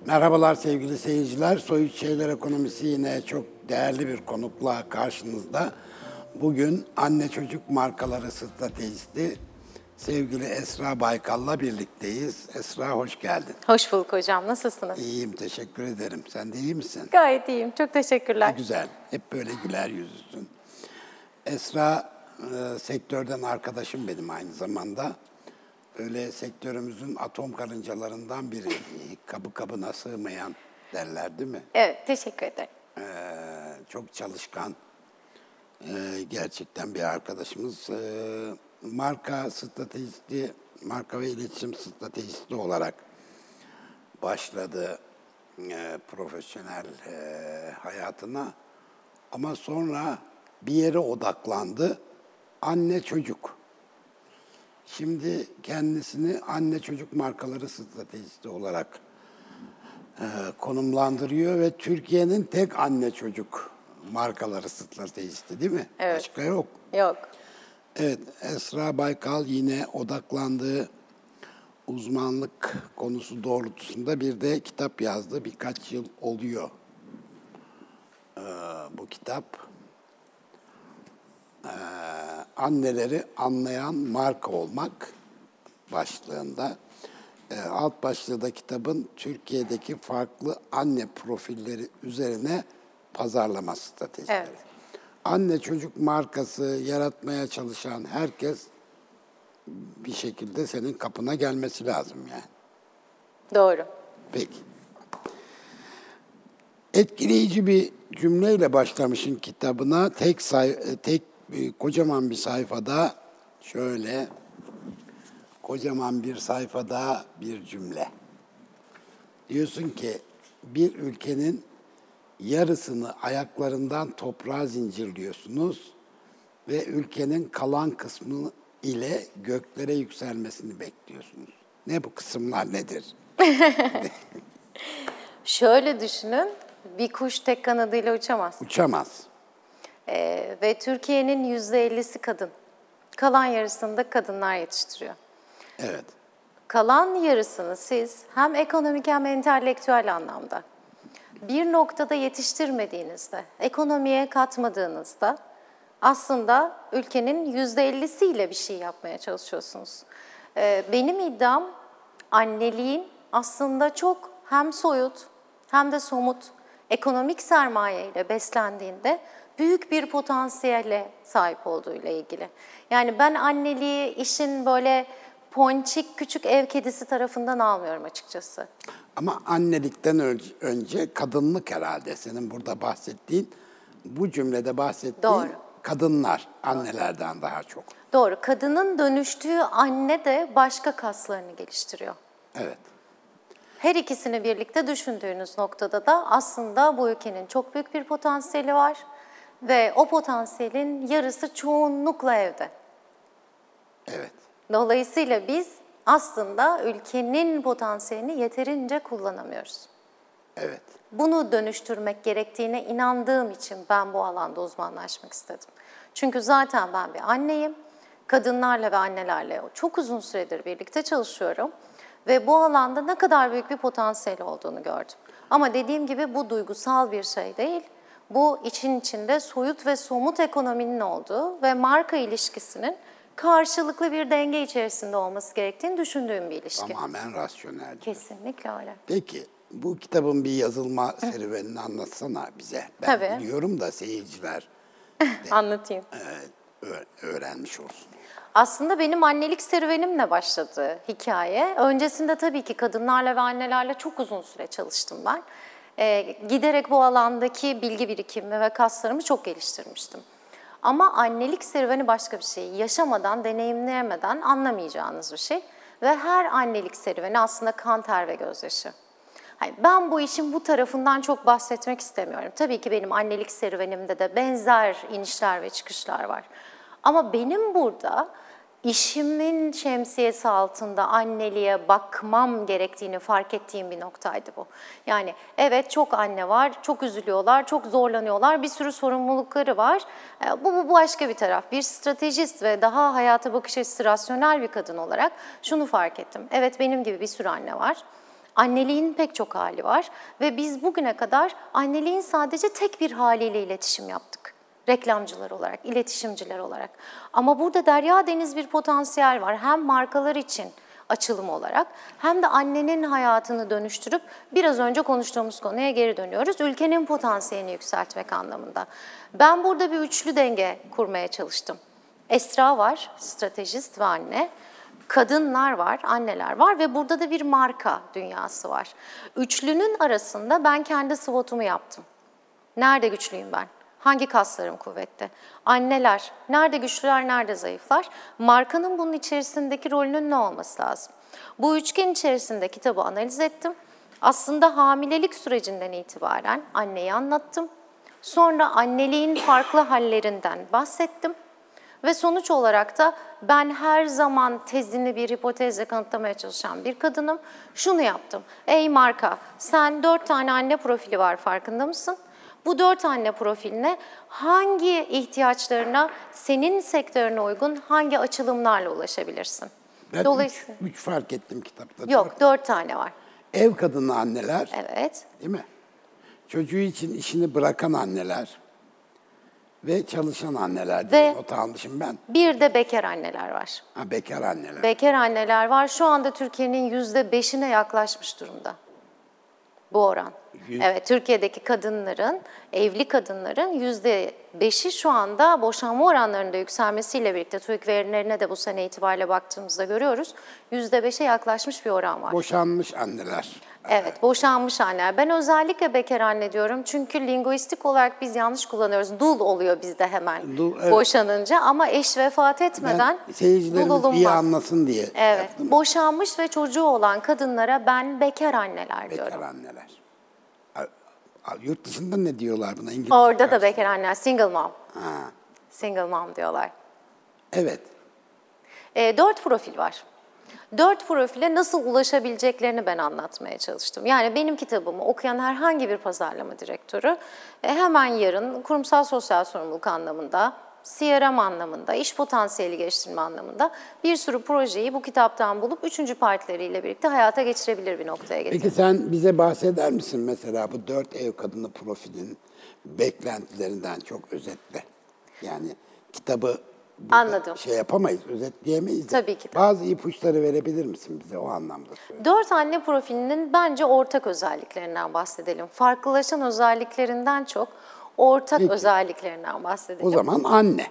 Merhabalar sevgili seyirciler. Soyut Şeyler Ekonomisi yine çok değerli bir konukla karşınızda. Bugün anne çocuk markaları stratejisti sevgili Esra Baykal'la birlikteyiz. Esra hoş geldin. Hoş bulduk hocam. Nasılsınız? İyiyim, teşekkür ederim. Sen de iyi misin? Gayet iyiyim. Çok Ne teşekkürler. güzel. Hep böyle güler yüzlüsün. Esra sektörden arkadaşım benim aynı zamanda. Öyle sektörümüzün atom karıncalarından biri. Kabı kabına sığmayan derler değil mi? Evet, teşekkür ederim. Çok çalışkan, gerçekten bir arkadaşımız. Marka stratejisti, marka ve iletişim stratejisti olarak başladı profesyonel hayatına. Ama sonra bir yere odaklandı. Anne çocuk. Şimdi kendisini anne çocuk markaları stratejisti olarak konumlandırıyor ve Türkiye'nin tek anne çocuk markaları stratejisti değil mi? Evet. Başka yok. Yok. Evet, Esra Baykal yine odaklandığı uzmanlık konusu doğrultusunda bir de kitap yazdı. Birkaç yıl oluyor bu kitap. Anneleri anlayan marka olmak başlığında. Alt başlığı da kitabın Türkiye'deki farklı anne profilleri üzerine pazarlama stratejileri. Evet. Anne çocuk markası yaratmaya çalışan herkes bir şekilde senin kapına gelmesi lazım yani. Doğru. Peki. Etkileyici bir cümleyle başlamışın kitabına. Kocaman bir sayfada şöyle kocaman bir sayfada bir cümle. Diyorsun ki bir ülkenin yarısını ayaklarından toprağa zincirliyorsunuz ve ülkenin kalan kısmı ile göklere yükselmesini bekliyorsunuz. Ne bu kısımlar nedir? Şöyle düşünün, bir kuş tek kanadıyla uçamaz. Uçamaz. Ve Türkiye'nin %50'si kadın. Kalan yarısını da kadınlar yetiştiriyor. Evet. Kalan yarısını siz hem ekonomik hem entelektüel anlamda bir noktada yetiştirmediğinizde, ekonomiye katmadığınızda aslında ülkenin %50'siyle bir şey yapmaya çalışıyorsunuz. Benim iddiam anneliğin aslında çok hem soyut hem de somut ekonomik sermaye ile beslendiğinde büyük bir potansiyele sahip olduğu ile ilgili. Yani ben anneliği işin böyle ponçik küçük ev kedisi tarafından almıyorum açıkçası. Ama annelikten önce kadınlık herhalde senin burada bahsettiğin, bu cümlede bahsettiğin Doğru. kadınlar, annelerden daha çok. Doğru. Kadının dönüştüğü anne de başka kaslarını geliştiriyor. Evet. Her ikisini birlikte düşündüğünüz noktada da aslında bu ülkenin çok büyük bir potansiyeli var ve o potansiyelin yarısı çoğunlukla evde. Evet. Dolayısıyla biz aslında ülkenin potansiyelini yeterince kullanamıyoruz. Evet. Bunu dönüştürmek gerektiğine inandığım için ben bu alanda uzmanlaşmak istedim. Çünkü zaten ben bir anneyim. Kadınlarla ve annelerle çok uzun süredir birlikte çalışıyorum. Ve bu alanda ne kadar büyük bir potansiyel olduğunu gördüm. Ama dediğim gibi bu duygusal bir şey değil. Bu için içinde soyut ve somut ekonominin olduğu ve marka ilişkisinin karşılıklı bir denge içerisinde olması gerektiğini düşündüğüm bir ilişki. Tamamen rasyonel. Kesinlikle öyle. Peki bu kitabın bir yazılma serüvenini anlatsana bize. Ben Tabii. biliyorum da seyirciler Anlatayım. öğrenmiş olsun. Aslında benim annelik serüvenimle başladı hikaye. Öncesinde tabii ki kadınlarla ve annelerle çok uzun süre çalıştım ben. Giderek bu alandaki bilgi birikimimi ve kaslarımı çok geliştirmiştim. Ama annelik serüveni başka bir şey. Yaşamadan, deneyimleyemeden anlamayacağınız bir şey. Ve her annelik serüveni aslında kan, ter ve gözyaşı. Ben bu işin bu tarafından çok bahsetmek istemiyorum. Tabii ki benim annelik serüvenimde de benzer inişler ve çıkışlar var. Ama benim burada işimin şemsiyesi altında anneliğe bakmam gerektiğini fark ettiğim bir noktaydı bu. Yani evet çok anne var, çok üzülüyorlar, çok zorlanıyorlar, bir sürü sorumlulukları var. Bu başka bir taraf. Bir stratejist ve daha hayata bakış açısı rasyonel bir kadın olarak şunu fark ettim. Evet benim gibi bir sürü anne var. Anneliğin pek çok hali var ve biz bugüne kadar anneliğin sadece tek bir haliyle iletişim yaptık. Reklamcılar olarak, iletişimciler olarak. Ama burada derya deniz bir potansiyel var. Hem markalar için açılım olarak hem de annenin hayatını dönüştürüp biraz önce konuştuğumuz konuya geri dönüyoruz. Ülkenin potansiyelini yükseltmek anlamında. Ben burada bir üçlü denge kurmaya çalıştım. Esra var, stratejist ve anne. Kadınlar var, anneler var ve burada da bir marka dünyası var. Üçlünün arasında ben kendi SWOT'umu yaptım. Nerede güçlüyüm ben? Hangi kaslarım kuvvetli? Anneler nerede güçlüler, nerede zayıflar? Markanın bunun içerisindeki rolünün ne olması lazım? Bu üçgen içerisinde kitabı analiz ettim. Aslında hamilelik sürecinden itibaren anneyi anlattım. Sonra anneliğin farklı hallerinden bahsettim. Ve sonuç olarak da ben her zaman tezini bir hipotezle kanıtlamaya çalışan bir kadınım. Şunu yaptım. Ey marka, sen 4 tane anne profili var, farkında mısın? Bu 4 anne profiline hangi ihtiyaçlarına, senin sektörüne uygun hangi açılımlarla ulaşabilirsin? Ben Dolayısıyla... üç fark ettim kitapta. Yok, 4 tane var. Ev kadını anneler, Evet. değil mi? Çocuğu için işini bırakan anneler ve çalışan anneler diye not almışım ben. Bir de bekar anneler var. Ha, bekar anneler. Bekar anneler var. Şu anda Türkiye'nin %5'ine yaklaşmış durumda bu oran. Evet, Türkiye'deki kadınların, evli kadınların %5'i şu anda boşanma oranlarında yükselmesiyle birlikte TÜİK verilerine de bu sene itibariyle baktığımızda görüyoruz. %5'e yaklaşmış bir oran var. Boşanmış anneler. Evet, boşanmış anneler. Ben özellikle bekar anne diyorum çünkü linguistik olarak biz yanlış kullanıyoruz. Dul oluyor bizde hemen Dul, evet. boşanınca ama eş vefat etmeden Ben dul seyircilerimiz iyi olunmaz. anlasın diye Evet, yaptım. boşanmış ve çocuğu olan kadınlara ben bekar anneler Bekar diyorum. anneler. Yurt dışında ne diyorlar buna? İngilizce Orada da karşı. bekar anneler, single mom. Ha, Single mom diyorlar. evet. 4 profil var. 4 profile nasıl ulaşabileceklerini ben anlatmaya çalıştım. Yani benim kitabımı okuyan herhangi bir pazarlama direktörü hemen yarın kurumsal sosyal sorumluluk anlamında, CRM anlamında, iş potansiyeli geliştirme anlamında bir sürü projeyi bu kitaptan bulup 3. partileriyle birlikte hayata geçirebilir bir noktaya getirir. Peki sen bize bahseder misin mesela bu 4 ev kadını profilin beklentilerinden çok özetle? Yani kitabı Anladım. şey yapamayız, özetleyemeyiz. de Tabii ki de. Bazı ipuçları verebilir misin bize o anlamda söyle. 4 anne profilinin bence ortak özelliklerinden bahsedelim. Farklılaşan özelliklerinden çok ortak özelliklerinden bahsedelim. O zaman anne.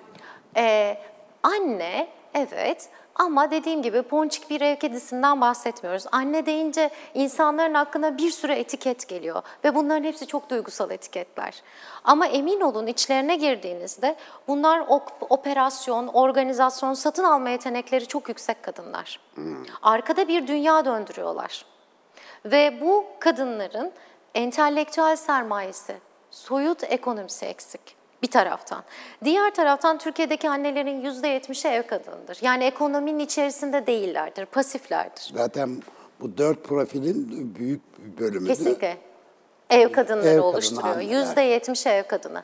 Anne, evet, ama dediğim gibi ponçik bir ev kedisinden bahsetmiyoruz. Anne deyince insanların aklına bir sürü etiket geliyor ve bunların hepsi çok duygusal etiketler. Ama emin olun içlerine girdiğinizde bunlar operasyon, organizasyon, satın alma yetenekleri çok yüksek kadınlar. Arkada bir dünya döndürüyorlar. Ve bu kadınların entelektüel sermayesi, soyut ekonomisi eksik. Bir taraftan. Diğer taraftan Türkiye'deki annelerin %70'i ev kadınıdır. Yani ekonominin içerisinde değillerdir, pasiflerdir. Zaten bu 4 profilin büyük bir bölümü de Kesinlikle. Ev kadınları Ev kadını oluşturuyor. anneler. %70'i ev kadını.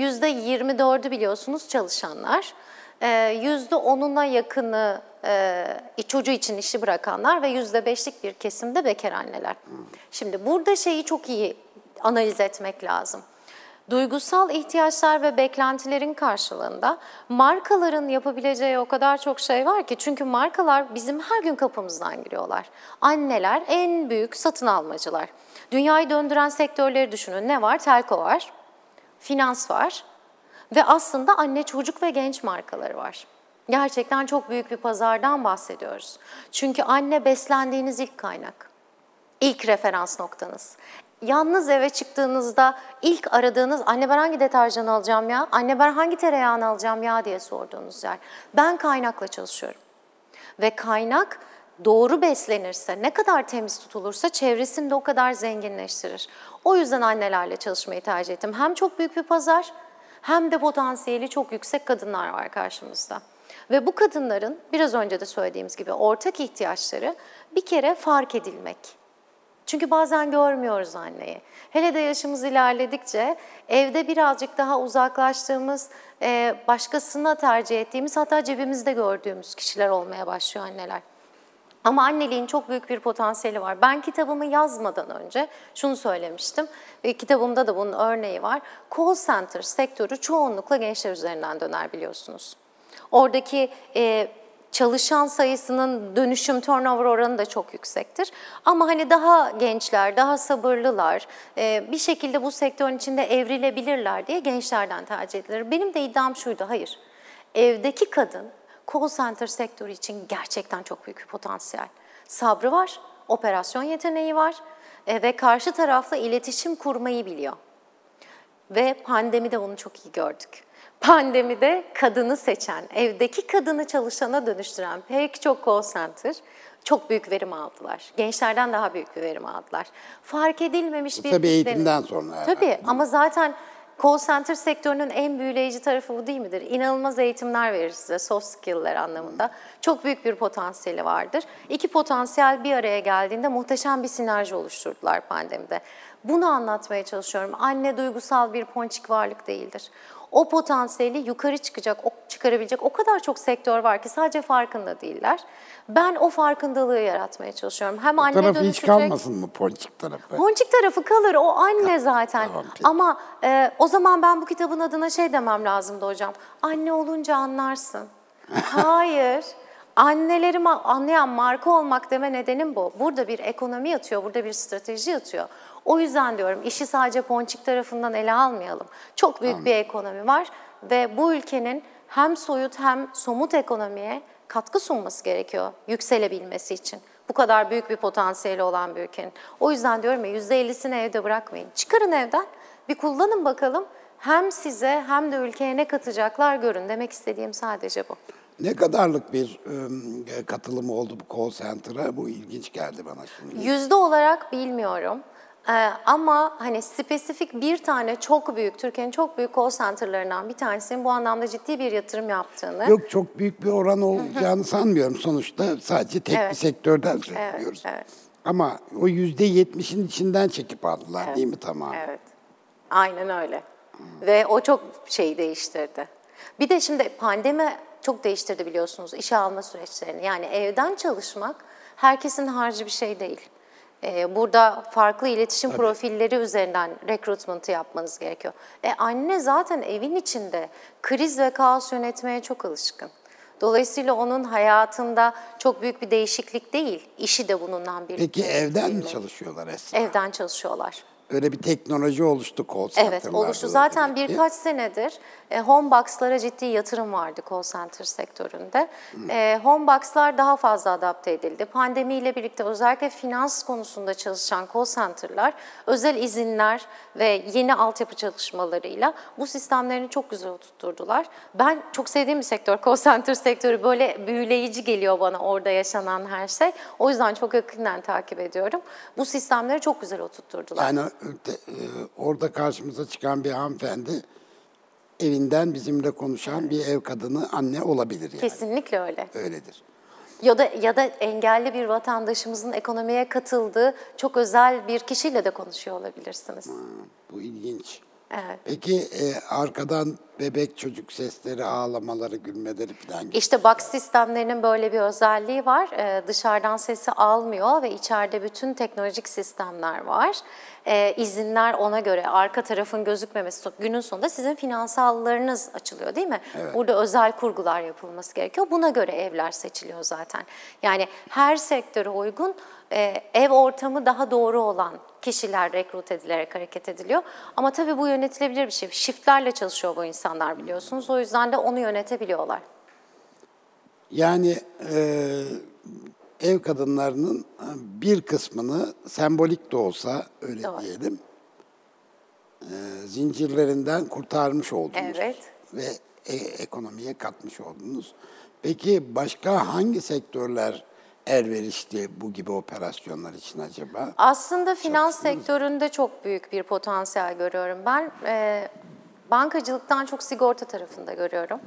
%24'ü biliyorsunuz çalışanlar. %10'una yakını çocuğu için işi bırakanlar ve %5'lik bir kesimde bekar anneler. Şimdi burada şeyi çok iyi analiz etmek lazım. Duygusal ihtiyaçlar ve beklentilerin karşılığında markaların yapabileceği o kadar çok şey var ki çünkü markalar bizim her gün kapımızdan giriyorlar. Anneler en büyük satın almacılar. Dünyayı döndüren sektörleri düşünün. Ne var? Telko var, finans var ve aslında anne, çocuk ve genç markaları var. Gerçekten çok büyük bir pazardan bahsediyoruz. Çünkü anne beslendiğiniz ilk kaynak, ilk referans noktanız. Yalnız eve çıktığınızda ilk aradığınız anne ben hangi deterjanı alacağım ya, anne ben hangi tereyağını alacağım ya diye sorduğunuz yer. Ben kaynakla çalışıyorum. Ve kaynak doğru beslenirse, ne kadar temiz tutulursa çevresini de o kadar zenginleştirir. O yüzden annelerle çalışmayı tercih ettim. Hem çok büyük bir pazar hem de potansiyeli çok yüksek kadınlar var karşımızda. Ve bu kadınların biraz önce de söylediğimiz gibi ortak ihtiyaçları bir kere fark edilmek. Çünkü bazen görmüyoruz anneyi. Hele de yaşımız ilerledikçe evde birazcık daha uzaklaştığımız, başkasına tercih ettiğimiz hatta cebimizde gördüğümüz kişiler olmaya başlıyor anneler. Ama anneliğin çok büyük bir potansiyeli var. Ben kitabımı yazmadan önce şunu söylemiştim ve kitabımda da bunun örneği var. Call center sektörü çoğunlukla gençler üzerinden döner biliyorsunuz. Oradaki çalışan sayısının dönüşüm turnover oranı da çok yüksektir. Ama hani daha gençler, daha sabırlılar, bir şekilde bu sektörün içinde evrilebilirler diye gençlerden tercih edilir. Benim de iddiam şuydu, hayır. Evdeki kadın call center sektörü için gerçekten çok büyük bir potansiyel. Sabrı var, operasyon yeteneği var ve karşı tarafla iletişim kurmayı biliyor. Ve pandemide bunu çok iyi gördük. Pandemide kadını seçen, evdeki kadını çalışana dönüştüren pek çok call center çok büyük verim aldılar. Gençlerden daha büyük bir verim aldılar. Fark edilmemiş bir... Tabii eğitimden sonra. Tabii ama zaten call center sektörünün en büyüleyici tarafı bu değil midir? İnanılmaz eğitimler verir size, soft skill'ler anlamında. Çok büyük bir potansiyeli vardır. İki potansiyel bir araya geldiğinde muhteşem bir sinerji oluşturdular pandemide. Bunu anlatmaya çalışıyorum. Anne duygusal bir ponçik varlık değildir. O potansiyeli yukarı çıkarabilecek o kadar çok sektör var ki sadece farkında değiller. Ben o farkındalığı yaratmaya çalışıyorum. Hem anne Tarafı hiç dönüşecek... kalmasın mı ponçik tarafı? Ponçik tarafı kalır, o anne zaten. Tamam, peki. Ama o zaman ben bu kitabın adına şey demem lazımdı hocam. Anne olunca anlarsın. Hayır. Anneleri anlayan marka olmak deme nedenim bu. Burada bir ekonomi yatıyor, burada bir strateji yatıyor. O yüzden diyorum işi sadece ponçik tarafından ele almayalım. Çok büyük bir ekonomi var ve bu ülkenin hem soyut hem somut ekonomiye katkı sunması gerekiyor yükselebilmesi için. Bu kadar büyük bir potansiyeli olan bir ülkenin. O yüzden diyorum ya %50'sini evde bırakmayın. Çıkarın evden, bir kullanın bakalım. Hem size hem de ülkeye ne katacaklar görün. Demek istediğim sadece bu. Ne kadarlık bir katılımı oldu bu call center'a? Bu ilginç geldi bana şimdi. Yüzde olarak bilmiyorum. Ama hani spesifik bir tane çok büyük, Türkiye'nin çok büyük call center'larından bir tanesinin bu anlamda ciddi bir yatırım yaptığını... Yok, çok büyük bir oran olacağını sanmıyorum. Sonuçta sadece tek bir sektörden söylüyoruz. Evet. Ama o %70'in içinden çekip aldılar değil mi tamamen? Evet, aynen öyle. Ve o çok şeyi değiştirdi. Bir de şimdi pandemi çok değiştirdi biliyorsunuz işe alma süreçlerini. Yani evden çalışmak herkesin harcı bir şey değil. Burada farklı iletişim profilleri üzerinden recruitment'ı yapmanız gerekiyor. Anne zaten evin içinde kriz ve kaos yönetmeye çok alışkın. Dolayısıyla onun hayatında çok büyük bir değişiklik değil. İşi de bunundan bir. Peki evden mi çalışıyorlar Esra? Evden çalışıyorlar. Öyle bir teknoloji oluştu call center'larda. Evet, oluştu. Zaten birkaç senedir homebox'lara ciddi yatırım vardı call center sektöründe. Homebox'lar daha fazla adapte edildi. Pandemiyle birlikte özellikle finans konusunda çalışan call center'lar özel izinler ve yeni altyapı çalışmalarıyla bu sistemlerini çok güzel oturtturdular. Ben çok sevdiğim bir sektör, call center sektörü. Böyle büyüleyici geliyor bana orada yaşanan her şey. O yüzden çok yakından takip ediyorum. Bu sistemleri çok güzel oturtturdular. Yani orada karşımıza çıkan bir hanımefendi evinden bizimle konuşan bir ev kadını anne olabilir yani. Kesinlikle öyle. Öyledir. Ya da engelli bir vatandaşımızın ekonomiye katıldığı çok özel bir kişiyle de konuşuyor olabilirsiniz. Bu ilginç. Evet. Peki arkadan bebek çocuk sesleri, ağlamaları, gülmeleri falan gibi. İşte box sistemlerinin böyle bir özelliği var. Dışarıdan sesi almıyor ve içeride bütün teknolojik sistemler var. İzinler ona göre, arka tarafın gözükmemesi, günün sonunda sizin finansallarınız açılıyor değil mi? Evet. Burada özel kurgular yapılması gerekiyor. Buna göre evler seçiliyor zaten. Yani her sektöre uygun ev ortamı daha doğru olan kişiler rekrut edilerek hareket ediliyor. Ama tabii bu yönetilebilir bir şey. Shiftlerle çalışıyor bu insanlar biliyorsunuz. O yüzden de onu yönetebiliyorlar. Yani ev kadınlarının bir kısmını sembolik de olsa öyle Doğru. diyelim zincirlerinden kurtarmış oldunuz. Evet. Ve ekonomiye katmış oldunuz. Peki başka hangi sektörler elverişli bu gibi operasyonlar için acaba? Aslında finans sektöründe çok büyük bir potansiyel görüyorum ben. Bankacılıktan çok sigorta tarafında görüyorum.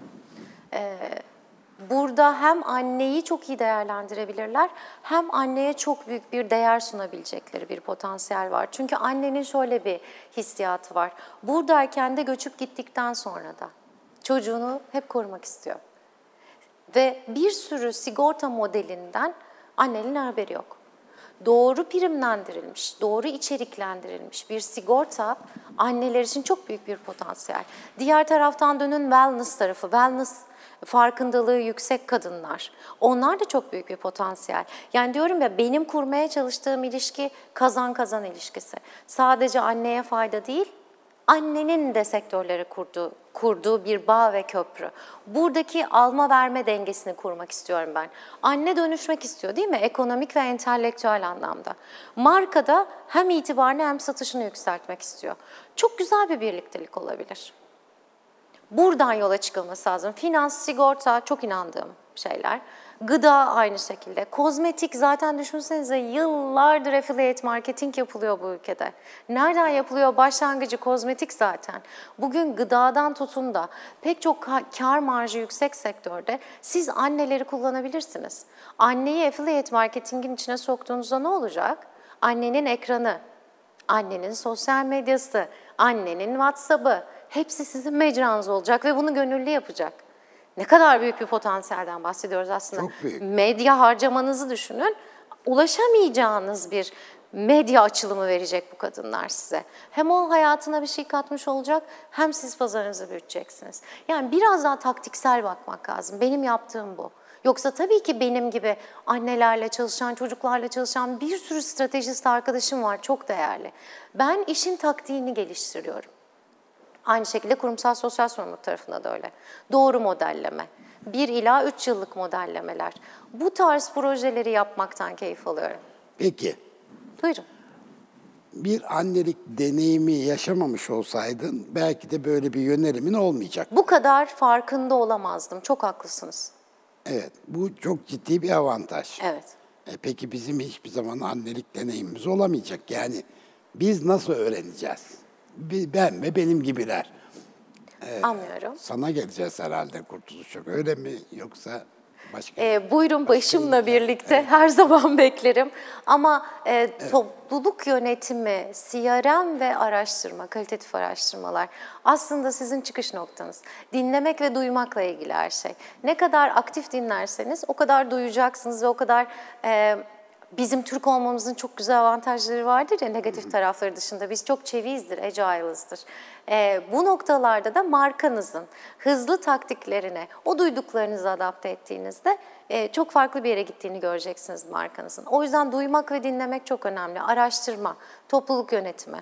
Burada hem anneyi çok iyi değerlendirebilirler, hem anneye çok büyük bir değer sunabilecekleri bir potansiyel var. Çünkü annenin şöyle bir hissiyatı var. Buradayken de göçüp gittikten sonra da çocuğunu hep korumak istiyor. Ve bir sürü sigorta modelinden Annenin haberi yok. Doğru primlendirilmiş, doğru içeriklendirilmiş bir sigorta anneler için çok büyük bir potansiyel. Diğer taraftan dönün wellness tarafı, wellness farkındalığı yüksek kadınlar. Onlar da çok büyük bir potansiyel. Yani diyorum ya, benim kurmaya çalıştığım ilişki kazan kazan ilişkisi. Sadece anneye fayda değil, annenin de sektörlere kurduğu bir bağ ve köprü. Buradaki alma verme dengesini kurmak istiyorum ben. Anne dönüşmek istiyor değil mi? Ekonomik ve entelektüel anlamda. Markada hem itibarını hem satışını yükseltmek istiyor. Çok güzel bir birliktelik olabilir. Buradan yola çıkılması lazım. Finans, sigorta çok inandığım şeyler. Gıda aynı şekilde. Kozmetik zaten düşünsenize yıllardır affiliate marketing yapılıyor bu ülkede. Nereden yapılıyor? Başlangıcı kozmetik zaten. Bugün gıdadan tutun da pek çok kar marjı yüksek sektörde siz anneleri kullanabilirsiniz. Anneyi affiliate marketingin içine soktuğunuzda ne olacak? Annenin ekranı, annenin sosyal medyası, annenin WhatsApp'ı hepsi sizin mecranız olacak ve bunu gönüllü yapacak. Ne kadar büyük bir potansiyelden bahsediyoruz aslında. Çok büyük. Medya harcamanızı düşünün. Ulaşamayacağınız bir medya açılımı verecek bu kadınlar size. Hem o hayatına bir şey katmış olacak, hem siz pazarınızı büyüteceksiniz. Yani biraz daha taktiksel bakmak lazım. Benim yaptığım bu. Yoksa tabii ki benim gibi annelerle çalışan, çocuklarla çalışan bir sürü stratejist arkadaşım var, çok değerli. Ben işin taktiğini geliştiriyorum. Aynı şekilde kurumsal sosyal sorumluluk tarafında da öyle. Doğru modelleme, 1 ila 3 yıllık modellemeler. Bu tarz projeleri yapmaktan keyif alıyorum. Peki, Buyurun. bir annelik deneyimi yaşamamış olsaydın belki de böyle bir yönelimin olmayacak. Bu kadar farkında olamazdım. Çok haklısınız. Evet, bu çok ciddi bir avantaj. Evet. Peki bizim hiçbir zaman annelik deneyimimiz olamayacak. Yani biz nasıl öğreneceğiz? Ben ve benim gibiler. Anlıyorum. Sana geleceğiz herhalde Kurtuluş Yok. Öyle mi yoksa başka? Buyurun başımla birlikte her zaman beklerim. Ama topluluk yönetimi, CRM ve araştırma, kalitatif araştırmalar aslında sizin çıkış noktanız. Dinlemek ve duymakla ilgili her şey. Ne kadar aktif dinlerseniz o kadar duyacaksınız ve o kadar... Bizim Türk olmamızın çok güzel avantajları vardır ya, negatif tarafları dışında. Biz çok çevizdir, agile'ızdır. Bu noktalarda da markanızın hızlı taktiklerine, o duyduklarınızı adapte ettiğinizde çok farklı bir yere gittiğini göreceksiniz markanızın. O yüzden duymak ve dinlemek çok önemli. Araştırma, topluluk yönetimi,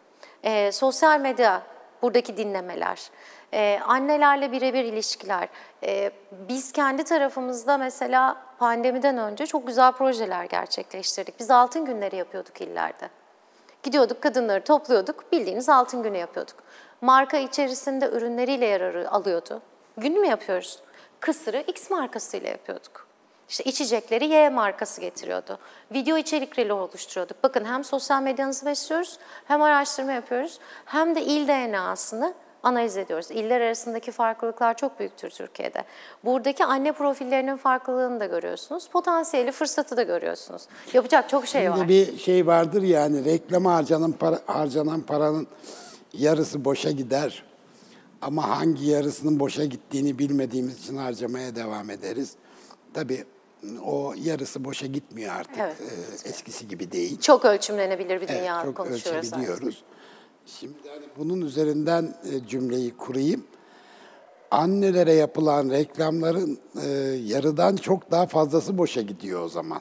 sosyal medya, buradaki dinlemeler, annelerle birebir ilişkiler. Biz kendi tarafımızda mesela pandemiden önce çok güzel projeler gerçekleştirdik. Biz altın günleri yapıyorduk illerde. Gidiyorduk, kadınları topluyorduk, bildiğiniz altın günü yapıyorduk. Marka içerisinde ürünleriyle yer alıyordu. Gün mü yapıyoruz? Kısırı X markasıyla yapıyorduk. İşte içecekleri Y markası getiriyordu. Video içerikleri oluşturuyorduk. Bakın hem sosyal medyanızı besliyoruz, hem araştırma yapıyoruz, hem de il DNA'sını analiz ediyoruz. İller arasındaki farklılıklar çok büyüktür Türkiye'de. Buradaki anne profillerinin farklılığını da görüyorsunuz. Potansiyeli, fırsatı da görüyorsunuz. Yapacak çok şey var. Şimdi bir şey vardır yani reklama harcanan paranın yarısı boşa gider. Ama hangi yarısının boşa gittiğini bilmediğimiz için harcamaya devam ederiz. Tabii o yarısı boşa gitmiyor artık. Evet. Eskisi gibi değil. Çok ölçümlenebilir bir dünya çok konuşuyoruz. ölçebiliyoruz. Şimdi hani bunun üzerinden cümleyi kurayım. Annelere yapılan reklamların yarıdan çok daha fazlası boşa gidiyor o zaman.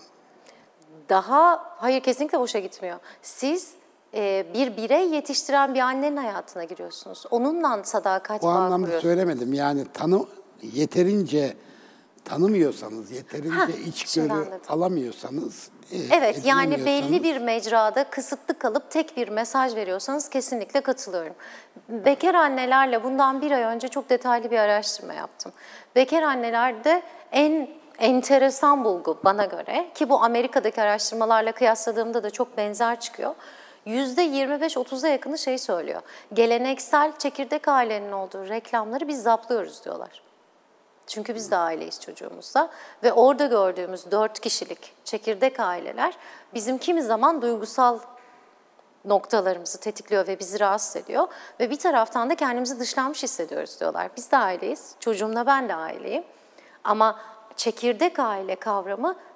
Hayır, kesinlikle boşa gitmiyor. Siz bir birey yetiştiren bir annenin hayatına giriyorsunuz. Onunla sadakat O bağı anlamda kuruyorsunuz. söylemedim. Yani yeterince tanımıyorsanız, yeterince içgörü anladım. alamıyorsanız, Evet, yani edinemiyorsanız- belli bir mecrada kısıtlı kalıp tek bir mesaj veriyorsanız kesinlikle katılıyorum. Bekar annelerle bundan bir ay önce çok detaylı bir araştırma yaptım. Bekar annelerde en enteresan bulgu bana göre, ki bu Amerika'daki araştırmalarla kıyasladığımda da çok benzer çıkıyor. %25-30'a yakını şey söylüyor. Geleneksel çekirdek ailenin olduğu reklamları biz zaplıyoruz diyorlar. Çünkü biz de aileyiz çocuğumuzla ve orada gördüğümüz 4 kişilik çekirdek aileler bizim kimi zaman duygusal noktalarımızı tetikliyor ve bizi rahatsız ediyor. Ve bir taraftan da kendimizi dışlanmış hissediyoruz diyorlar. Biz de aileyiz, çocuğumla ben de aileyim. Ama çekirdek aile kavramı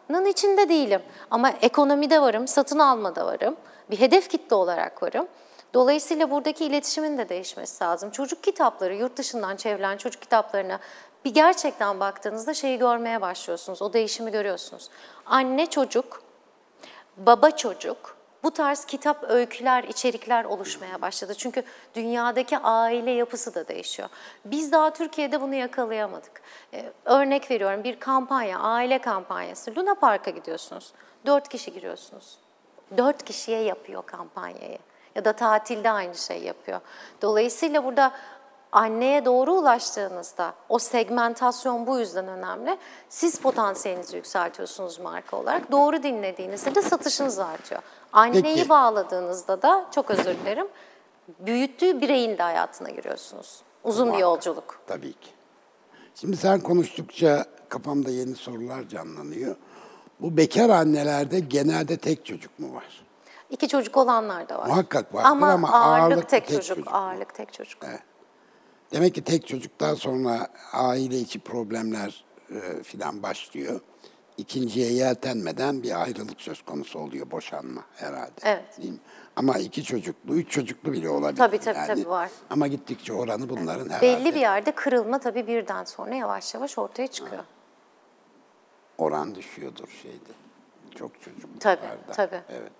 markanın içinde değilim. Ama ekonomide varım, satın almada varım, bir hedef kitle olarak varım. Dolayısıyla buradaki iletişimin de değişmesi lazım. Çocuk kitapları, yurt dışından çevrilen çocuk kitaplarına bir gerçekten baktığınızda şeyi görmeye başlıyorsunuz, o değişimi görüyorsunuz. Anne çocuk, baba çocuk, bu tarz kitap, öyküler, içerikler oluşmaya başladı. Çünkü dünyadaki aile yapısı da değişiyor. Biz daha Türkiye'de bunu yakalayamadık. Örnek veriyorum, bir kampanya, aile kampanyası. Luna Park'a gidiyorsunuz, 4 kişi giriyorsunuz. 4 kişiye yapıyor kampanyayı. Ya da tatilde aynı şey yapıyor. Dolayısıyla burada anneye doğru ulaştığınızda o segmentasyon bu yüzden önemli. Siz potansiyelinizi yükseltiyorsunuz marka olarak. Doğru dinlediğinizde de satışınız artıyor. Anneyi Peki. bağladığınızda da, çok özür dilerim, büyüttüğü bireyin de hayatına giriyorsunuz. Uzun bir Muhakkak, yolculuk. tabii ki. Şimdi sen konuştukça kafamda yeni sorular canlanıyor. Bu bekar annelerde genelde tek çocuk mu var? 2 çocuk olanlar da var. Muhakkak vardır ama ağırlık ağırlıklı tek tek çocuk. çocuk. Ağırlık tek çocuk. Evet. Demek ki tek çocuktan sonra aile içi problemler filan başlıyor. İkinciye yeltenmeden bir ayrılık söz konusu oluyor, boşanma herhalde. Evet. Değil mi? Ama 2 çocuklu, 3 çocuklu bile olabilir. Tabii, var. Ama gittikçe oranı bunların herhalde. Belli bir yerde kırılma tabii birden sonra yavaş yavaş ortaya çıkıyor. Oran düşüyordur şeyde. Çok çocuk Tabii, var da. tabii. Evet.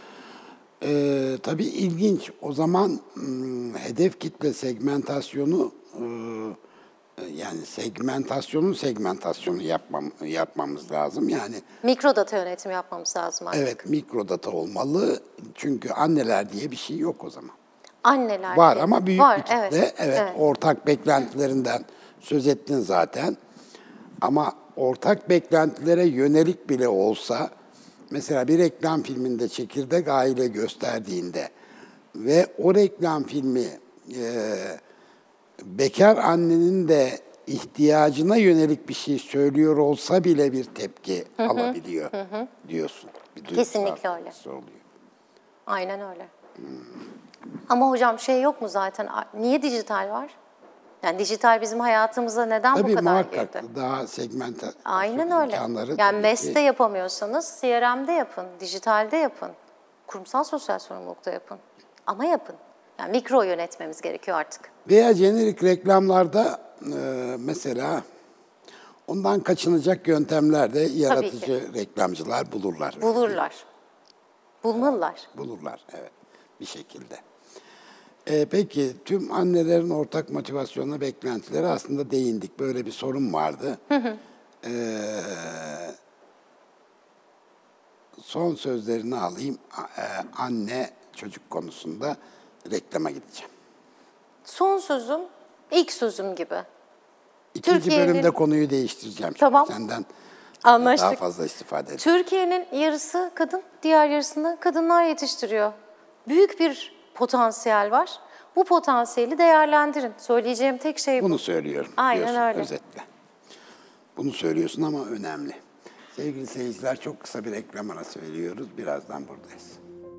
Tabii ilginç. O zaman hedef kitle segmentasyonu yani segmentasyonu yapmamız lazım. Yani Mikrodata yönetimi yapmamız lazım artık. evet, mikrodata olmalı. Çünkü anneler diye bir şey yok o zaman. Anneler Var diye. ama büyük Var, bir kitle. Evet, ortak beklentilerinden söz ettin zaten. Ama ortak beklentilere yönelik bile olsa, mesela bir reklam filminde çekirdek aile gösterdiğinde ve o reklam filmi bekar annenin de ihtiyacına yönelik bir şey söylüyor olsa bile bir tepki alabiliyor diyorsun. Bir duygusal Kesinlikle öyle. tepkisi oluyor. Aynen öyle. Ama hocam şey yok mu zaten? Niye dijital var? Yani dijital bizim hayatımıza neden Tabii bu kadar muhakkak girdi? daha segmentasyon Aynen öyle. imkanları Yani tabii MES'te ki. yapamıyorsanız CRM'de yapın, dijitalde yapın, kurumsal sosyal sorumlulukta yapın. Ama yapın. Yani mikro yönetmemiz gerekiyor artık. Veya jenerik reklamlarda mesela ondan kaçınacak yöntemler de yaratıcı reklamcılar bulurlar. Bulurlar. Bulmalılar. Bulurlar, evet, bir şekilde. Peki tüm annelerin ortak motivasyonuna, beklentileri aslında değindik. Böyle bir sorun vardı. Son sözlerini alayım. Anne çocuk konusunda reklama gideceğim. Son sözüm, ilk sözüm gibi. İkinci Türkiye'nin- bölümde konuyu değiştireceğim. Çünkü Tamam. senden Anlaştık. daha fazla istifade edeceğim. Türkiye'nin yarısı kadın, diğer yarısını kadınlar yetiştiriyor. Büyük bir potansiyel var. Bu potansiyeli değerlendirin. Söyleyeceğim tek şey bu. Bunu söylüyorum. Aynen diyorsun, öyle. özetle. Bunu söylüyorsun ama önemli. Sevgili seyirciler, çok kısa bir reklam arası veriyoruz. Birazdan buradayız.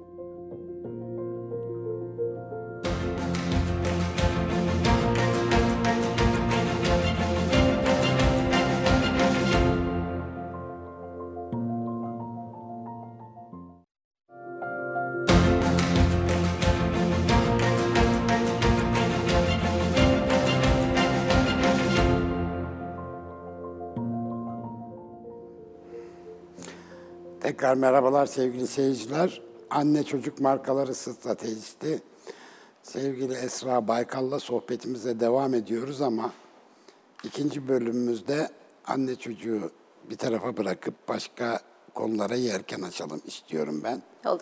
Tekrar merhabalar sevgili seyirciler. Anne çocuk markaları stratejisti sevgili Esra Baykal'la sohbetimize devam ediyoruz ama ikinci bölümümüzde anne çocuğu bir tarafa bırakıp başka konulara yelken açalım istiyorum ben. Olur.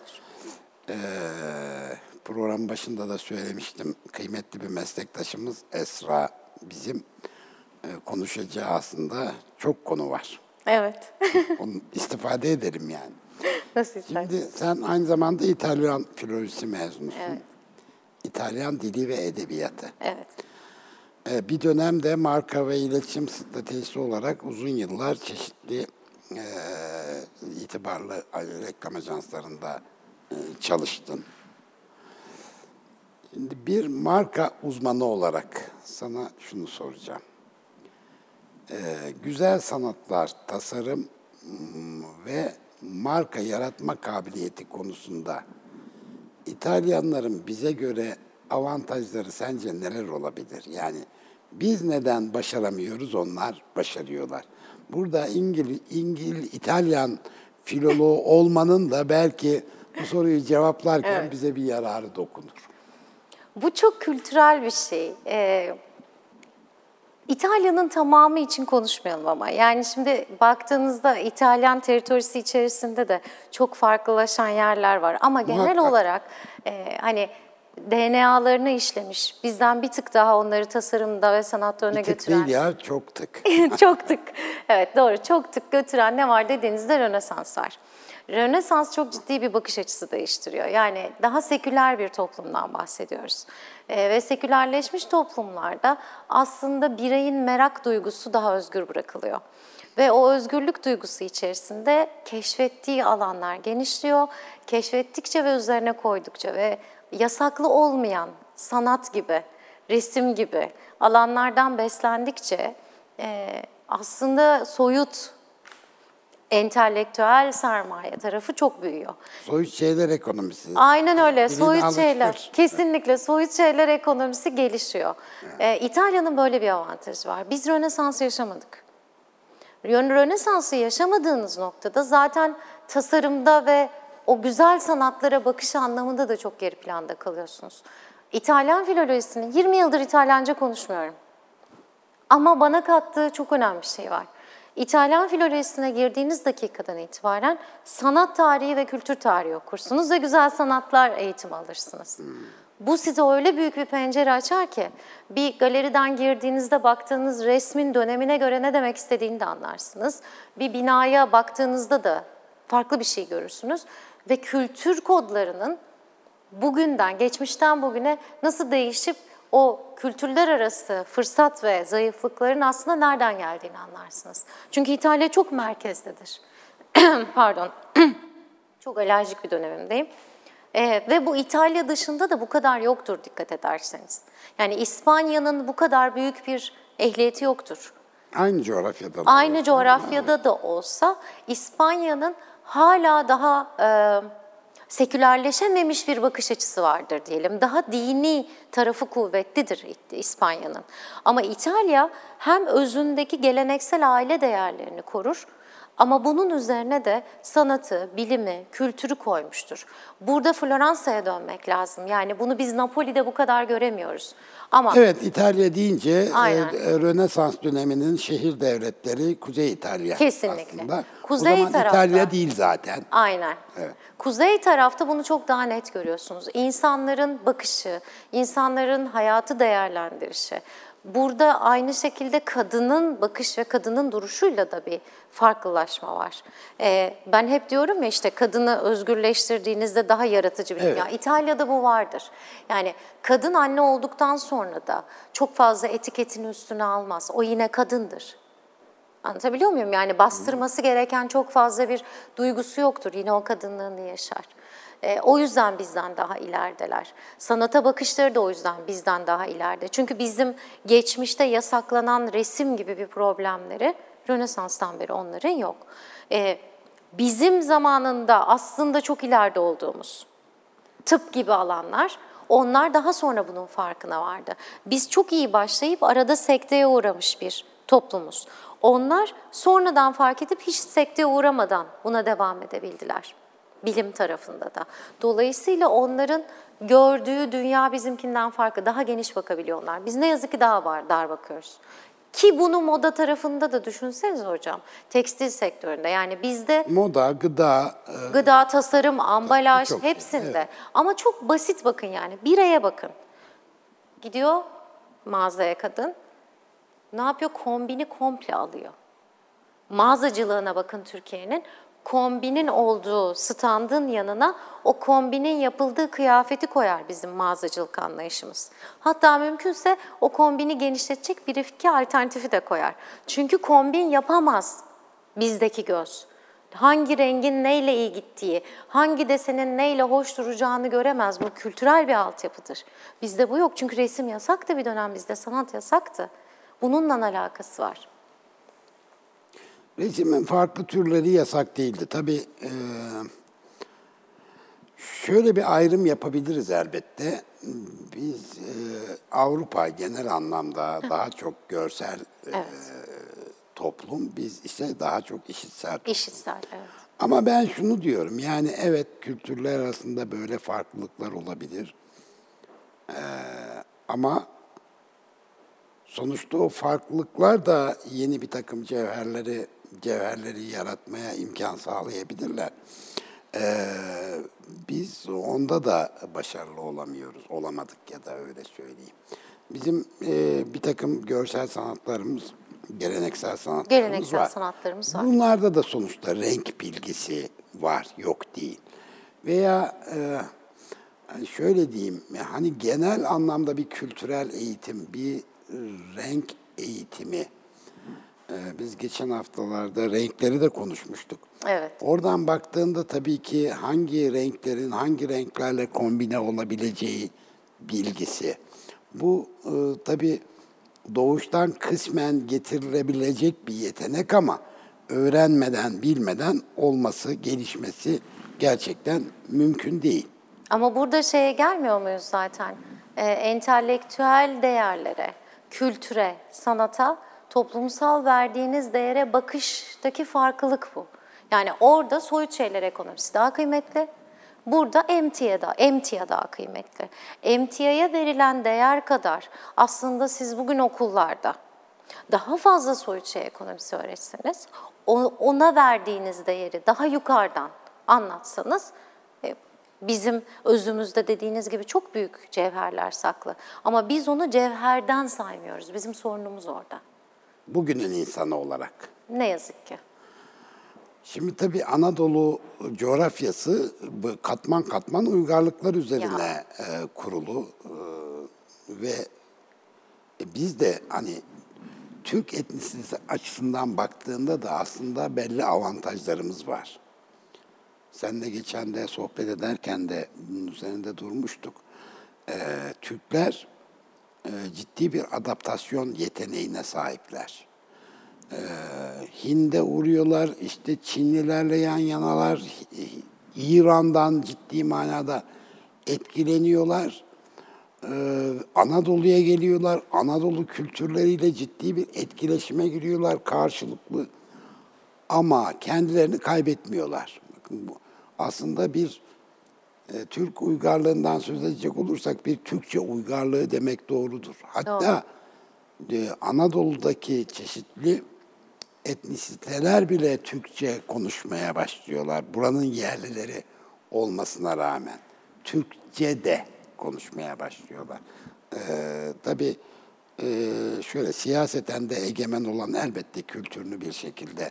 Programın başında da söylemiştim. Kıymetli bir meslektaşımız Esra bizim konuşacağı aslında çok konu var. Evet. Onu istifade ederim yani. Nasıl istersen. Şimdi sen aynı zamanda İtalyan filolojisi mezunusun. Evet. İtalyan dili ve edebiyatı. Evet. Bir dönemde marka ve iletişim stratejisi olarak uzun yıllar çeşitli itibarlı reklam ajanslarında çalıştın. Şimdi bir marka uzmanı olarak sana şunu soracağım. Güzel sanatlar, tasarım, ve marka yaratma kabiliyeti konusunda İtalyanların bize göre avantajları sence neler olabilir? Yani biz neden başaramıyoruz, onlar başarıyorlar. Burada İtalyan filoloğu olmanın da belki bu soruyu cevaplarken bize bir yararı dokunur. Bu çok kültürel bir şey. İtalya'nın tamamı için konuşmayalım ama. Yani şimdi baktığınızda İtalyan teritorisi içerisinde de çok farklılaşan yerler var. Ama genel Muhakkak. olarak hani DNA'larını işlemiş, bizden bir tık daha onları tasarımda ve sanatta öne Bir tık götüren. değil ya, çok tık. Çok tık. Evet doğru. Çok tık götüren ne var dediğinizde Rönesans var. Rönesans çok ciddi bir bakış açısı değiştiriyor. Yani daha seküler bir toplumdan bahsediyoruz. Ve sekülerleşmiş toplumlarda aslında bireyin merak duygusu daha özgür bırakılıyor. Ve o özgürlük duygusu içerisinde keşfettiği alanlar genişliyor. Keşfettikçe ve üzerine koydukça ve yasaklı olmayan sanat gibi, resim gibi alanlardan beslendikçe aslında soyut, entelektüel sermaye tarafı çok büyüyor. Soyut şeyler ekonomisi. Aynen öyle, Dilin soyut alıştır. şeyler, kesinlikle soyut şeyler ekonomisi gelişiyor. İtalya'nın böyle bir avantajı var. Biz Rönesans yaşamadık. Rönesans'ı yaşamadığınız noktada zaten tasarımda ve o güzel sanatlara bakış anlamında da çok geri planda kalıyorsunuz. İtalyan filolojisinin 20 yıldır İtalyanca konuşmuyorum. Ama bana kattığı çok önemli bir şey var. İtalyan filolojisine girdiğiniz dakikadan itibaren sanat tarihi ve kültür tarihi okursunuz ve güzel sanatlar eğitimi alırsınız. Bu size öyle büyük bir pencere açar ki bir galeriden girdiğinizde baktığınız resmin dönemine göre ne demek istediğini de anlarsınız. Bir binaya baktığınızda da farklı bir şey görürsünüz ve kültür kodlarının bugünden, geçmişten bugüne nasıl değişip o kültürler arası fırsat ve zayıflıkların aslında nereden geldiğini anlarsınız. Çünkü İtalya çok merkezdedir. Pardon, çok alerjik bir dönemimdeyim. Ve bu İtalya dışında da bu kadar yoktur dikkat ederseniz. Yani İspanya'nın bu kadar büyük bir ehliyeti yoktur. Aynı coğrafyada. Aynı coğrafyada da olsa İspanya'nın hala daha sekülerleşememiş bir bakış açısı vardır diyelim. Daha dini tarafı kuvvetlidir İspanya'nın. Ama İtalya hem özündeki geleneksel aile değerlerini korur ama bunun üzerine de sanatı, bilimi, kültürü koymuştur. Burada Floransa'ya dönmek lazım. Yani bunu biz Napoli'de bu kadar göremiyoruz. Ama Evet, İtalya deyince Aynen. Rönesans döneminin şehir devletleri Kuzey İtalya Kesinlikle. aslında. Kuzey o zaman tarafta. İtalya değil zaten. Aynen. Evet. Kuzey tarafta bunu çok daha net görüyorsunuz. İnsanların bakışı, insanların hayatı değerlendirişi. Burada aynı şekilde kadının bakış ve kadının duruşuyla da bir farklılaşma var. Ben hep diyorum ya işte kadını özgürleştirdiğinizde daha yaratıcı bir dünya. Evet. İtalya'da bu vardır. Yani kadın anne olduktan sonra da çok fazla etiketini üstüne almaz. O yine kadındır. Anlatabiliyor muyum? Yani bastırması gereken çok fazla bir duygusu yoktur. Yine o kadınlığını yaşar. O yüzden bizden daha ilerideler. Sanata bakışları da o yüzden bizden daha ileride. Çünkü bizim geçmişte yasaklanan resim gibi bir problemleri Rönesans'tan beri onların yok. Bizim zamanında aslında çok ileride olduğumuz tıp gibi alanlar, onlar daha sonra bunun farkına vardı. Biz çok iyi başlayıp arada sekteye uğramış bir toplumuz. Onlar sonradan fark edip hiç sekteye uğramadan buna devam edebildiler. Bilim tarafında da. Dolayısıyla onların gördüğü dünya bizimkinden farklı, daha geniş bakabiliyorlar. Biz ne yazık ki daha dar bakıyoruz. Ki bunu moda tarafında da düşünseniz hocam, tekstil sektöründe yani bizde Moda, gıda, tasarım, ambalaj çok, hepsinde. evet. Ama çok basit bakın yani. Bireye bakın. Gidiyor mağazaya kadın. Ne yapıyor? Kombini komple alıyor. Mağazacılığına bakın Türkiye'nin. Kombinin olduğu standın yanına o kombinin yapıldığı kıyafeti koyar bizim mağazacılık anlayışımız. Hatta mümkünse o kombini genişletecek bir iki alternatifi de koyar. Çünkü kombin yapamaz bizdeki göz. Hangi rengin neyle iyi gittiği, hangi desenin neyle hoş duracağını göremez. Bu kültürel bir altyapıdır. Bizde bu yok çünkü resim yasaktı bir dönem bizde, sanat yasaktı. Bununla alakası var. Rejimin farklı türleri yasak değildi. Tabii şöyle bir ayrım yapabiliriz elbette. Biz Avrupa genel anlamda daha çok görsel Evet. toplum, biz ise daha çok işitsel toplum. İşitsel, evet. Ama ben şunu diyorum, yani evet kültürler arasında böyle farklılıklar olabilir. Ama sonuçta o farklılıklar da yeni bir takım cevherleri yaratmaya imkan sağlayabilirler. Biz onda da başarılı olamıyoruz, olamadık ya da öyle söyleyeyim. Bizim bir takım görsel sanatlarımız, geleneksel sanatlarımız Geleneksel var. sanatlarımız var. Bunlarda da sonuçta renk bilgisi var, yok değil. Veya hani şöyle diyeyim, hani genel anlamda bir kültürel eğitim, bir renk eğitimi. Biz geçen haftalarda renkleri de konuşmuştuk. Evet. Oradan baktığında tabii ki hangi renklerin hangi renklerle kombine olabileceği bilgisi. Bu tabii doğuştan kısmen getirilebilecek bir yetenek ama öğrenmeden, bilmeden olması, gelişmesi gerçekten mümkün değil. Ama burada şeye gelmiyor muyuz zaten? Entelektüel değerlere, kültüre, sanata, toplumsal verdiğiniz değere bakıştaki farklılık bu. Yani orada soyut şeyler ekonomisi daha kıymetli. Burada emtia daha kıymetli. Emtiaya verilen değer kadar aslında siz bugün okullarda daha fazla soyut şey ekonomisi öğretseniz, ona verdiğiniz değeri daha yukarıdan anlatsanız, bizim özümüzde dediğiniz gibi çok büyük cevherler saklı. Ama biz onu cevherden saymıyoruz. Bizim sorunumuz orada. Bugünün insanı olarak. Ne yazık ki. Şimdi tabii Anadolu coğrafyası bu katman katman uygarlıklar üzerine kurulu ve biz de hani Türk etnisitesi açısından baktığında da aslında belli avantajlarımız var. Seninle geçen de sohbet ederken de bunun üzerinde durmuştuk. Türkler ciddi bir adaptasyon yeteneğine sahipler. Hind'e uğruyorlar, işte Çinlilerle yan yanalar, İran'dan ciddi manada etkileniyorlar. Anadolu'ya geliyorlar, Anadolu kültürleriyle ciddi bir etkileşime giriyorlar karşılıklı. Ama kendilerini kaybetmiyorlar. Bakın bu aslında bir Türk uygarlığından söz edecek olursak bir Türkçe uygarlığı demek doğrudur. Hatta Anadolu'daki çeşitli etnisiteler bile Türkçe konuşmaya başlıyorlar. Buranın yerlileri olmasına rağmen Türkçe de konuşmaya başlıyorlar. Tabii şöyle siyaseten de egemen olan elbette kültürünü bir şekilde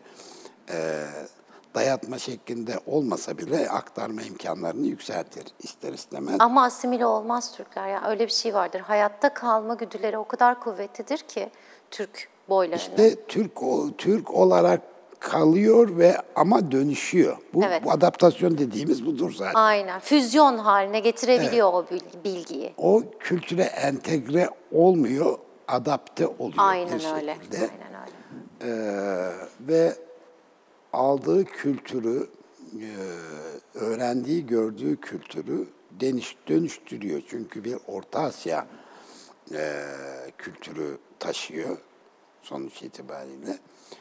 dayatma şeklinde olmasa bile aktarma imkanlarını yükseltir ister istemez. Ama asimile olmaz Türkler. Yani öyle bir şey vardır. Hayatta kalma güdüleri o kadar kuvvetlidir ki Türk boylarının. İşte Türk olarak kalıyor ve ama dönüşüyor. Evet. Bu adaptasyon dediğimiz budur zaten. Aynen. Füzyon haline getirebiliyor o bilgiyi. O kültüre entegre olmuyor, adapte oluyor Aynen bir öyle. şekilde. Aynen öyle. Ve aldığı kültürü, öğrendiği, gördüğü kültürü dönüştürüyor. Çünkü bir Orta Asya kültürü taşıyor sonuç itibariyle.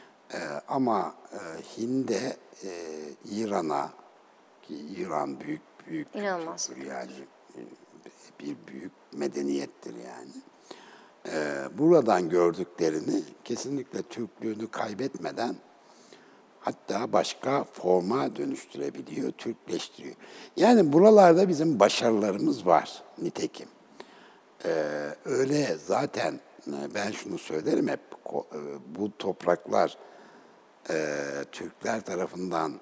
Ama Hind'e, İran'a, ki İran büyük İnanılmaz. kültür yani bir büyük medeniyettir yani. Buradan gördüklerini kesinlikle Türklüğünü kaybetmeden hatta başka forma dönüştürebiliyor, Türkleştiriyor. Yani buralarda bizim başarılarımız var nitekim. Öyle zaten ben şunu söylerim hep, bu topraklar Türkler tarafından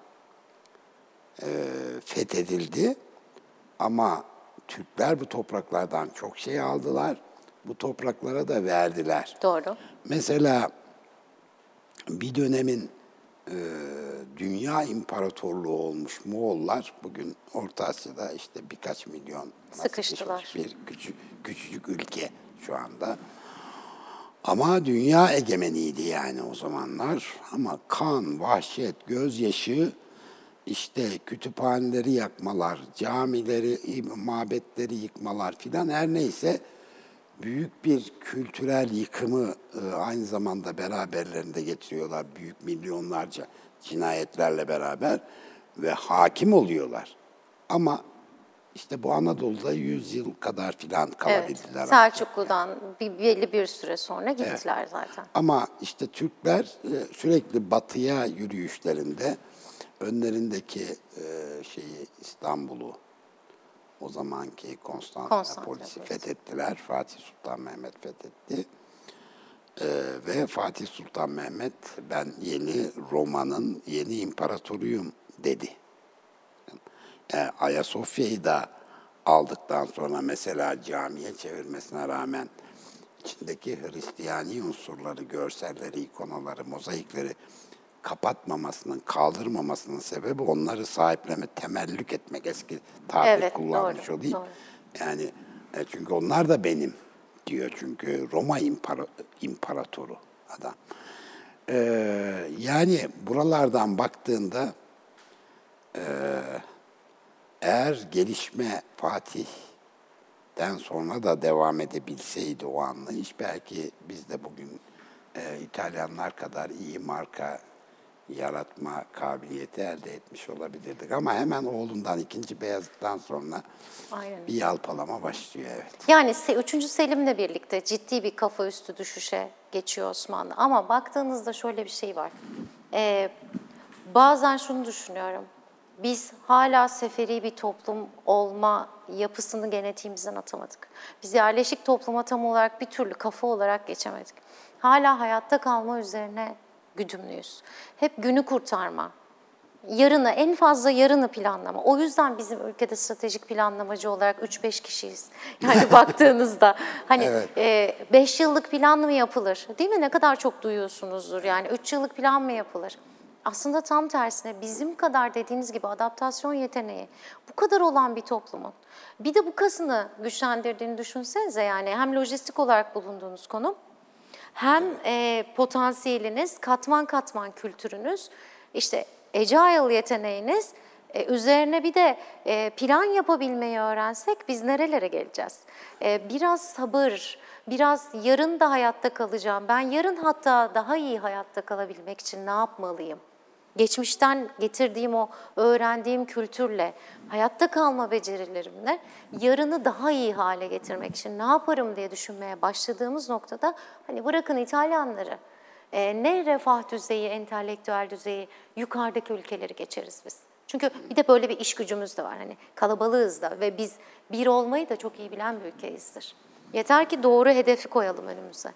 fethedildi ama Türkler bu topraklardan çok şey aldılar, bu topraklara da verdiler. Doğru. Mesela bir dönemin dünya imparatorluğu olmuş Moğollar bugün Orta Asya'da işte birkaç milyon Sıkıştılar. bir küçücük ülke şu anda. Ama dünya egemeniydi yani o zamanlar. Ama kan, vahşet, gözyaşı, işte kütüphaneleri yakmalar, camileri, mabetleri yıkmalar filan her neyse büyük bir kültürel yıkımı aynı zamanda beraberlerinde getiriyorlar. Büyük milyonlarca cinayetlerle beraber ve hakim oluyorlar. Ama işte bu Anadolu'da 100 yıl kadar filan kalabildiler. Selçuklu'dan belli bir süre sonra gittiler zaten. Ama işte Türkler sürekli batıya yürüyüşlerinde önlerindeki İstanbul'u, o zamanki Konstantinopolis'i fethettiler. Fatih Sultan Mehmet fethetti. Ve Fatih Sultan Mehmet ben yeni Roma'nın yeni imparatoruyum dedi. Ayasofya'yı da aldıktan sonra mesela camiye çevirmesine rağmen içindeki Hristiyani unsurları, görselleri, ikonaları, mozaikleri kapatmamasının, kaldırmamasının sebebi onları sahiplenme, temellük etmek, eski tabir kullanmış doğru, olayım. doğru. Yani çünkü onlar da benim diyor çünkü Roma imparatoru adam. Yani buralardan baktığında eğer gelişme Fatih'ten sonra da devam edebilseydi o anlayış belki biz de bugün İtalyanlar kadar iyi marka yaratma kabiliyeti elde etmiş olabilirdik. Ama hemen oğlundan 2. Beyazıt'tan sonra bir yalpalama başlıyor. Evet. Yani 3. Selim'le birlikte ciddi bir kafa üstü düşüşe geçiyor Osmanlı. Ama baktığınızda şöyle bir şey var. Bazen şunu düşünüyorum. Biz hala seferi bir toplum olma yapısını genetiğimizden atamadık. Biz yerleşik topluma tam olarak bir türlü kafa olarak geçemedik. Hala hayatta kalma üzerine güdümlüyüz. Hep günü kurtarma, yarını, en fazla yarını planlama. O yüzden bizim ülkede stratejik planlamacı olarak 3-5 kişiyiz. Yani baktığınızda hani 5 yıllık plan mı yapılır? Değil mi? Ne kadar çok duyuyorsunuzdur. Yani 3 yıllık plan mı yapılır? Aslında tam tersine bizim kadar dediğiniz gibi adaptasyon yeteneği bu kadar olan bir toplumun bir de bu kasını güçlendirdiğini düşünsenize yani hem lojistik olarak bulunduğunuz konum hem potansiyeliniz, katman katman kültürünüz, işte agile yeteneğiniz, üzerine bir de plan yapabilmeyi öğrensek biz nerelere geleceğiz? Biraz sabır, biraz yarın da hayatta kalacağım. Ben yarın hatta daha iyi hayatta kalabilmek için ne yapmalıyım? Geçmişten getirdiğim o öğrendiğim kültürle, hayatta kalma becerilerimle yarını daha iyi hale getirmek için ne yaparım diye düşünmeye başladığımız noktada hani bırakın İtalyanları, ne refah düzeyi, entelektüel düzeyi yukarıdaki ülkeleri geçeriz biz. Çünkü bir de böyle bir iş gücümüz de var. Hani kalabalığız da ve biz bir olmayı da çok iyi bilen bir ülkeyizdir. Yeter ki doğru hedefi koyalım önümüze.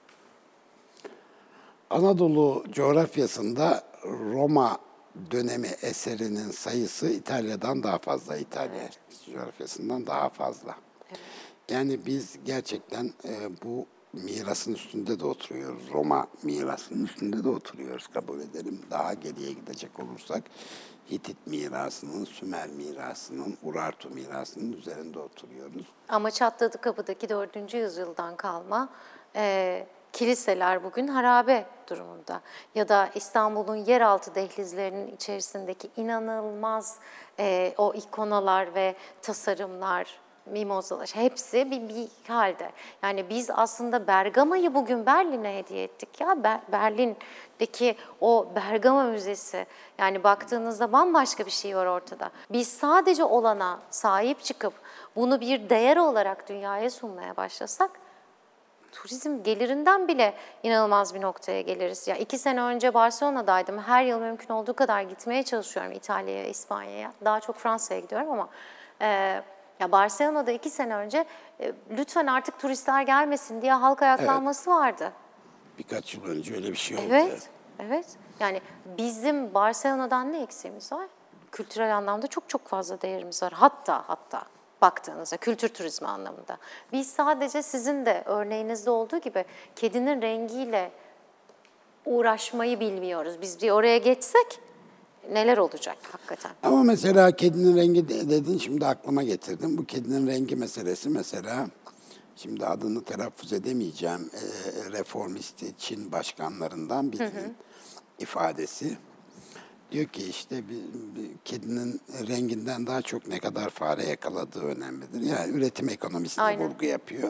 Anadolu coğrafyasında Roma dönemi eserinin sayısı İtalya'dan daha fazla, İtalya coğrafyasından daha fazla. Evet. Yani biz gerçekten bu mirasın üstünde de oturuyoruz. Roma mirasının üstünde de oturuyoruz kabul edelim. Daha geriye gidecek olursak Hitit mirasının, Sümer mirasının, Urartu mirasının üzerinde oturuyoruz. Ama Çatladı Kapı'daki 4. yüzyıldan kalma kiliseler bugün harabe durumunda. Ya da İstanbul'un yeraltı dehlizlerinin içerisindeki inanılmaz o ikonalar ve tasarımlar, mimozalar hepsi bir halde. Yani biz aslında Bergama'yı bugün Berlin'e hediye ettik ya. Berlin'deki o Bergama Müzesi yani baktığınızda bambaşka bir şey var ortada. Biz sadece olana sahip çıkıp bunu bir değer olarak dünyaya sunmaya başlasak turizm gelirinden bile inanılmaz bir noktaya geliriz. Ya 2 sene önce Barcelona'daydım. Her yıl mümkün olduğu kadar gitmeye çalışıyorum İtalya'ya, İspanya'ya. Daha çok Fransa'ya gidiyorum ama ya Barcelona'da 2 sene önce lütfen artık turistler gelmesin diye halk ayaklanması vardı. Birkaç yıl önce öyle bir şey oldu. Evet, evet. Yani bizim Barcelona'dan ne eksiğimiz var? Kültürel anlamda çok çok fazla değerimiz var. Hatta baktığınızda kültür turizmi anlamında. Biz sadece sizin de örneğinizde olduğu gibi kedinin rengiyle uğraşmayı bilmiyoruz. Biz bir oraya geçsek neler olacak hakikaten? Ama mesela kedinin rengi dedin şimdi aklıma getirdim. Bu kedinin rengi meselesi mesela şimdi adını telaffuz edemeyeceğim, reformist Çin başkanlarından birinin ifadesi. Diyor ki işte bir kedinin renginden daha çok ne kadar fare yakaladığı önemlidir. Yani üretim ekonomisine Aynen. vurgu yapıyor.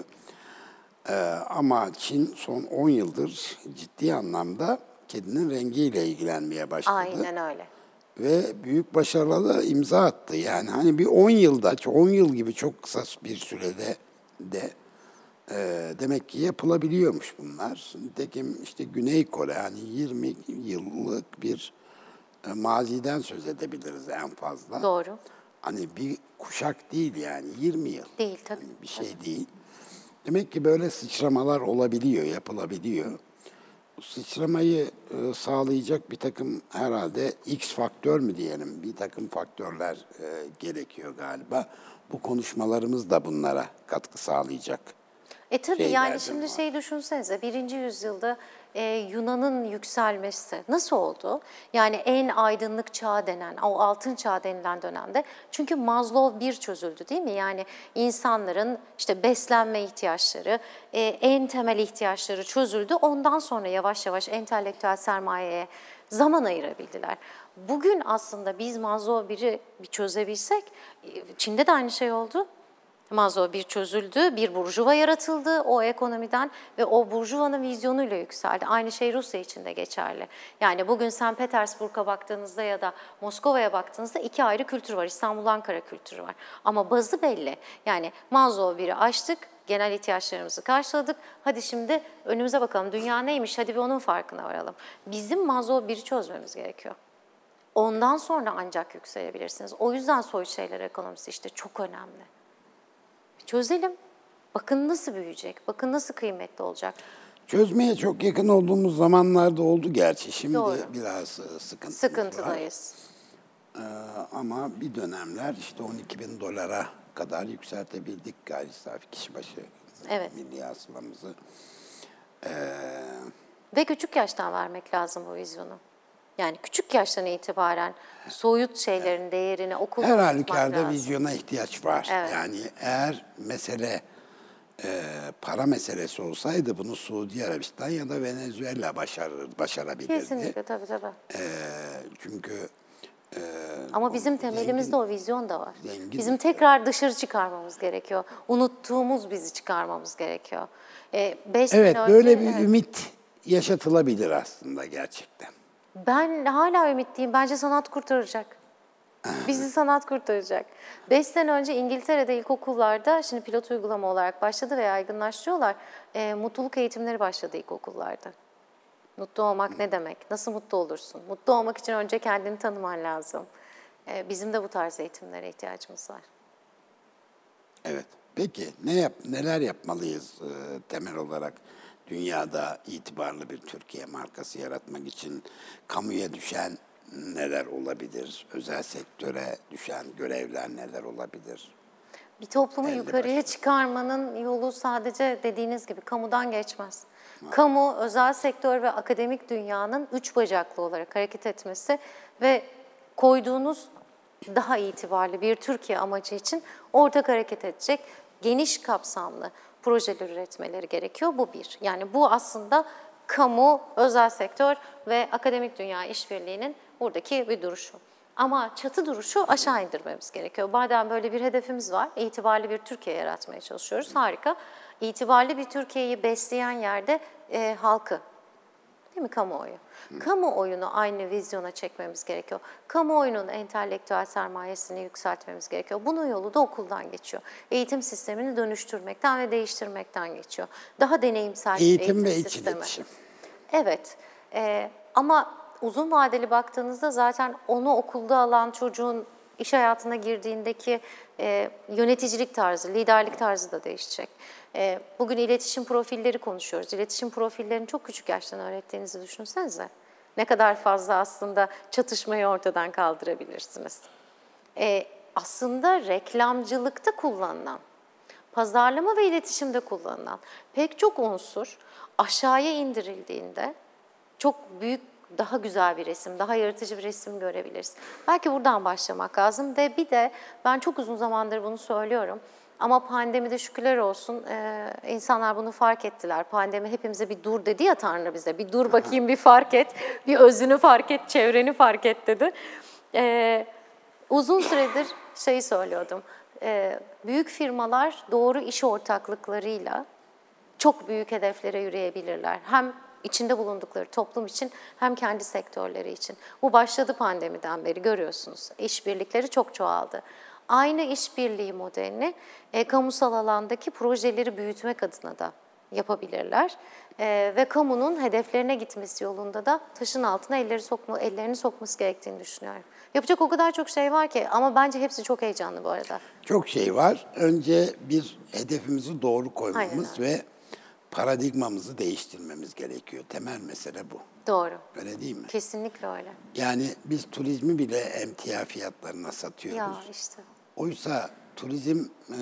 Ama Çin son 10 yıldır ciddi anlamda kedinin rengiyle ilgilenmeye başladı. Aynen öyle. Ve büyük başarılara imza attı. Yani hani bir 10 yılda, 10 yıl gibi çok kısa bir sürede de demek ki yapılabiliyormuş bunlar. Nitekim işte Güney Kore hani 20 yıllık bir maziden söz edebiliriz en fazla. Doğru. Hani bir kuşak değil yani 20 yıl. Değil tabii. Hani bir şey değil. Demek ki böyle sıçramalar olabiliyor, yapılabiliyor. Bu sıçramayı sağlayacak bir takım herhalde X faktör mü diyelim, bir takım faktörler gerekiyor galiba. Bu konuşmalarımız da bunlara katkı sağlayacak. Tabii şeylerden yani şimdi var. şey düşünsenize 1. yüzyılda Yunan'ın yükselmesi nasıl oldu? Yani en aydınlık çağ denen, o altın çağ denilen dönemde. Çünkü Maslow bir çözüldü değil mi? Yani insanların işte beslenme ihtiyaçları, en temel ihtiyaçları çözüldü. Ondan sonra yavaş yavaş entelektüel sermayeye zaman ayırabildiler. Bugün aslında biz Maslow bir çözebilsek, Çin'de de aynı şey oldu. Maslow bir çözüldü, bir burjuva yaratıldı o ekonomiden ve o burjuvanın vizyonuyla yükseldi. Aynı şey Rusya için de geçerli. Yani bugün St. Petersburg'a baktığınızda ya da Moskova'ya baktığınızda iki ayrı kültür var. İstanbul-Ankara kültürü var. Ama bazı belli. Yani Maslow biri açtık, genel ihtiyaçlarımızı karşıladık. Hadi şimdi önümüze bakalım dünya neymiş, hadi bir onun farkına varalım. Bizim Maslow biri çözmemiz gerekiyor. Ondan sonra ancak yükselebilirsiniz. O yüzden soyut şeyler ekonomisi işte çok önemli. Çözelim. Bakın nasıl büyüyecek, bakın nasıl kıymetli olacak. Çözmeye çok yakın olduğumuz zamanlarda oldu gerçi. Şimdi Doğru. biraz sıkıntı var. Sıkıntıdayız. Ama bir dönemler işte 12 bin dolara kadar yükseltebildik gayri safi kişi başı Evet. milli hasılamızı. Ve küçük yaştan vermek lazım bu vizyonu. Yani küçük yaştan itibaren soyut şeylerin değerini okulda Her öğretmek halükarda lazım. vizyona ihtiyaç var. Evet. Yani eğer mesele para meselesi olsaydı bunu Suudi Arabistan ya da Venezuela başarabilirdi. Kesinlikle tabii. Çünkü Ama bizim zengin- temelimizde o vizyon da var. zengin Bizim ülke. tekrar dışarı çıkarmamız gerekiyor. Unuttuğumuz bizi çıkarmamız gerekiyor. 5 Evet, sene böyle önce, bir evet. ümit yaşatılabilir aslında gerçekten. Ben hala ümitliyim. Bence sanat kurtaracak. Bizi sanat kurtaracak. 5 sene önce İngiltere'de ilkokullarda, şimdi pilot uygulama olarak başladı ve yaygınlaştırıyorlar. Mutluluk eğitimleri başladı ilkokullarda. Mutlu olmak ne demek? Nasıl mutlu olursun? Mutlu olmak için önce kendini tanıman lazım. Bizim de bu tarz eğitimlere ihtiyacımız var. Evet. Peki neler yapmalıyız temel olarak dünyada itibarlı bir Türkiye markası yaratmak için kamuya düşen neler olabilir? Özel sektöre düşen görevler neler olabilir? Bir toplumu Belli yukarıya başlı. çıkarmanın yolu sadece dediğiniz gibi kamudan geçmez. Kamu, özel sektör ve akademik dünyanın üç bacaklı olarak hareket etmesi ve koyduğunuz daha itibarlı bir Türkiye amacı için ortak hareket edecek geniş kapsamlı projeler üretmeleri gerekiyor. Bu bir. Yani bu aslında kamu, özel sektör ve akademik dünya işbirliğinin buradaki bir duruşu. Ama çatı duruşu aşağı indirmemiz gerekiyor. Madem böyle bir hedefimiz var, itibarlı bir Türkiye yaratmaya çalışıyoruz. Harika. İtibarlı bir Türkiye'yi besleyen yerde halkı, değil mi? Kamuoyu. Kamuoyunu aynı vizyona çekmemiz gerekiyor. Kamuoyunun entelektüel sermayesini yükseltmemiz gerekiyor. Bunun yolu da okuldan geçiyor. Eğitim sistemini dönüştürmekten ve değiştirmekten geçiyor. Daha deneyimsel bir Eğitim ve iç sistemi. iletişim. Evet. Ama uzun vadeli baktığınızda zaten onu okulda alan çocuğun iş hayatına girdiğindeki yöneticilik tarzı, liderlik tarzı da değişecek. Bugün iletişim profilleri konuşuyoruz. İletişim profillerini çok küçük yaştan öğrettiğinizi düşünsenize. Ne kadar fazla aslında çatışmayı ortadan kaldırabilirsiniz. Aslında reklamcılıkta kullanılan, pazarlama ve iletişimde kullanılan pek çok unsur aşağıya indirildiğinde çok büyük, daha güzel bir resim, daha yaratıcı bir resim görebiliriz. Belki buradan başlamak lazım ve bir de ben çok uzun zamandır bunu söylüyorum. Ama pandemide şükürler olsun insanlar bunu fark ettiler. Pandemi hepimize bir dur dedi ya Tanrı bize. Bir dur bakayım, bir fark et, bir özünü fark et, çevreni fark et dedi. Uzun süredir şeyi söylüyordum. Büyük firmalar doğru iş ortaklıklarıyla çok büyük hedeflere yürüyebilirler. Hem içinde bulundukları toplum için hem kendi sektörleri için. Bu başladı pandemiden beri görüyorsunuz. İşbirlikleri çok çoğaldı. Aynı işbirliği modelini kamusal alandaki projeleri büyütmek adına da yapabilirler. Ve kamunun hedeflerine gitmesi yolunda da taşın altına ellerini sokması gerektiğini düşünüyorum. Yapacak o kadar çok şey var ki ama bence hepsi çok heyecanlı bu arada. Çok şey var. Önce bir hedefimizi doğru koymamız Aynen. ve paradigmamızı değiştirmemiz gerekiyor. Temel mesele bu. Doğru. Öyle değil mi? Kesinlikle öyle. Yani biz turizmi bile emtia fiyatlarına satıyoruz. Ya işte. Oysa turizm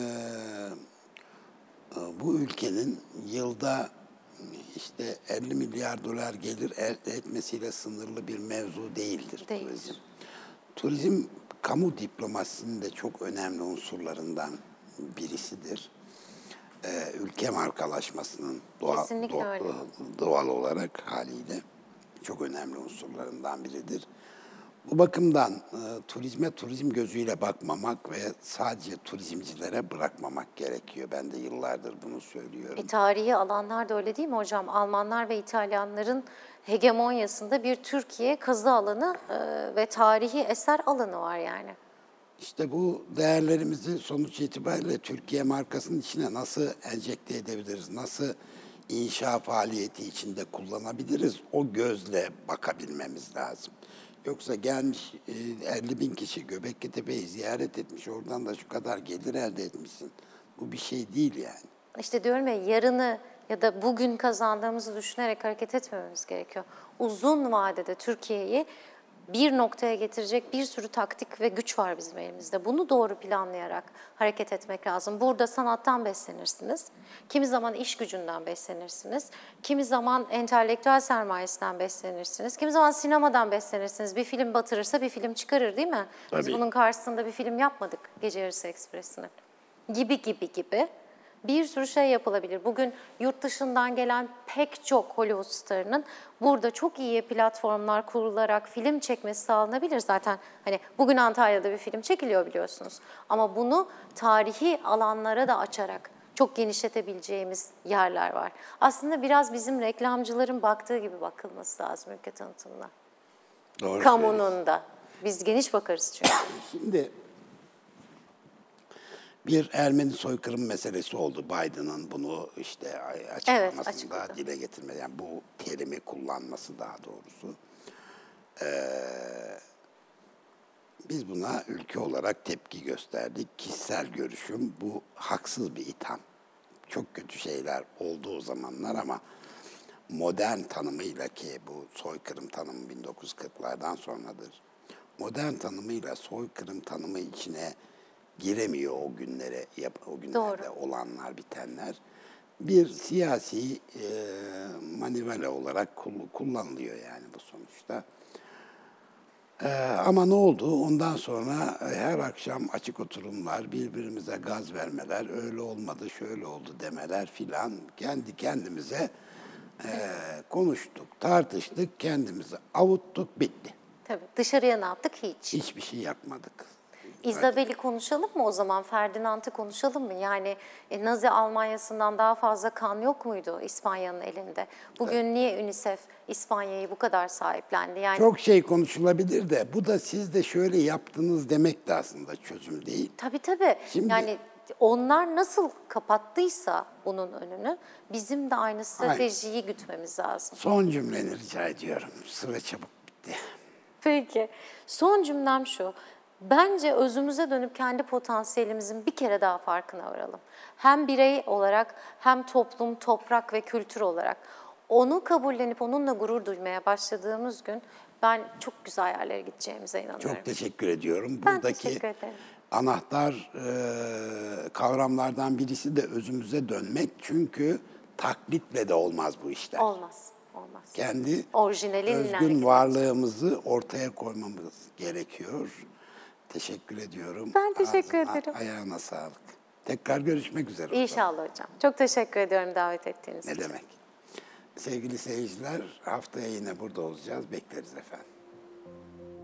bu ülkenin yılda işte 50 milyar dolar gelir elde etmesiyle sınırlı bir mevzu değildir Değil. turizm. Turizm kamu diplomasisinin de çok önemli unsurlarından birisidir. Ülke markalaşmasının Kesinlikle öyle. doğal olarak haliyle çok önemli unsurlarından biridir. Bu bakımdan turizme turizm gözüyle bakmamak ve sadece turizmcilere bırakmamak gerekiyor. Ben de yıllardır bunu söylüyorum. Tarihi alanlar da öyle değil mi hocam? Almanlar ve İtalyanların hegemonyasında bir Türkiye kazı alanı ve tarihi eser alanı var yani. İşte bu değerlerimizi sonuç itibariyle Türkiye markasının içine nasıl enjekte edebiliriz, nasıl inşa faaliyeti içinde kullanabiliriz, o gözle bakabilmemiz lazım. Yoksa gelmiş 50 bin kişi Göbekli ziyaret etmiş, oradan da şu kadar gelir elde etmişsin. Bu bir şey değil yani. İşte diyorum ya yarını ya da bugün kazandığımızı düşünerek hareket etmememiz gerekiyor. Uzun vadede Türkiye'yi bir noktaya getirecek bir sürü taktik ve güç var bizim elimizde. Bunu doğru planlayarak hareket etmek lazım. Burada sanattan beslenirsiniz. Kimi zaman iş gücünden beslenirsiniz. Kimi zaman entelektüel sermayesinden beslenirsiniz. Kimi zaman sinemadan beslenirsiniz. Bir film batırırsa bir film çıkarır değil mi? Biz Tabii. bunun karşısında bir film yapmadık Gece Yarısı Ekspresi'nin. Gibi. Bir sürü şey yapılabilir. Bugün yurt dışından gelen pek çok Hollywood starının burada çok iyi platformlar kurularak film çekmesi sağlanabilir. Zaten hani bugün Antalya'da bir film çekiliyor biliyorsunuz. Ama bunu tarihi alanlara da açarak çok genişletebileceğimiz yerler var. Aslında biraz bizim reklamcıların baktığı gibi bakılması lazım ülke tanıtımına. Doğru Kamunun da. Biz geniş bakarız çünkü. Şimdi bir Ermeni soykırım meselesi oldu. Biden'ın bunu işte açıklamasında açıkladı. dile getirmesi, yani bu terimi kullanması daha doğrusu. Biz buna ülke olarak tepki gösterdik. Kişisel görüşüm, bu haksız bir itham. Çok kötü şeyler oldu o zamanlar ama modern tanımıyla, ki bu soykırım tanımı 1940'lardan sonradır. Modern tanımıyla soykırım tanımı içine giremiyor o günlere, o günlerde olanlar, bitenler. Bir siyasi manivela olarak kullanılıyor yani bu sonuçta. Ama ne oldu? Ondan sonra her akşam açık oturumlar, birbirimize gaz vermeler, öyle olmadı, şöyle oldu demeler filan. Kendi kendimize konuştuk, tartıştık, kendimizi avuttuk, bitti. Tabii. Dışarıya ne yaptık? Hiç. Hiçbir şey yapmadık. İzabel'i konuşalım mı o zaman? Ferdinand'ı konuşalım mı? Yani Nazi Almanya'sından daha fazla kan yok muydu İspanya'nın elinde? Bugün niye UNICEF İspanya'yı bu kadar sahiplendi? Yani Çok şey konuşulabilir de bu da siz de şöyle yaptınız demek de aslında çözüm değil. Tabii. Şimdi- Yani onlar nasıl kapattıysa bunun önünü bizim de aynı stratejiyi gütmemiz lazım. Son cümleni rica ediyorum. Sıra çabuk bitti. Peki. Son cümlem şu. Bence özümüze dönüp kendi potansiyelimizin bir kere daha farkına varalım. Hem birey olarak hem toplum, toprak ve kültür olarak. Onu kabullenip onunla gurur duymaya başladığımız gün ben çok güzel yerlere gideceğimize inanıyorum. Çok teşekkür ediyorum. Ben Buradaki teşekkür ederim. anahtar kavramlardan birisi de özümüze dönmek. Çünkü taklitle de olmaz bu işler. Olmaz. Kendi Orijinaliyle özgün hareket varlığımızı ortaya koymamız gerekiyor. Teşekkür ediyorum. Ben teşekkür Ağzına, ederim. Ayağına sağlık. Tekrar görüşmek üzere. İnşallah hocam. Çok teşekkür ediyorum davet ettiğiniz Ne için. demek? Sevgili seyirciler, haftaya yine burada olacağız. Bekleriz efendim.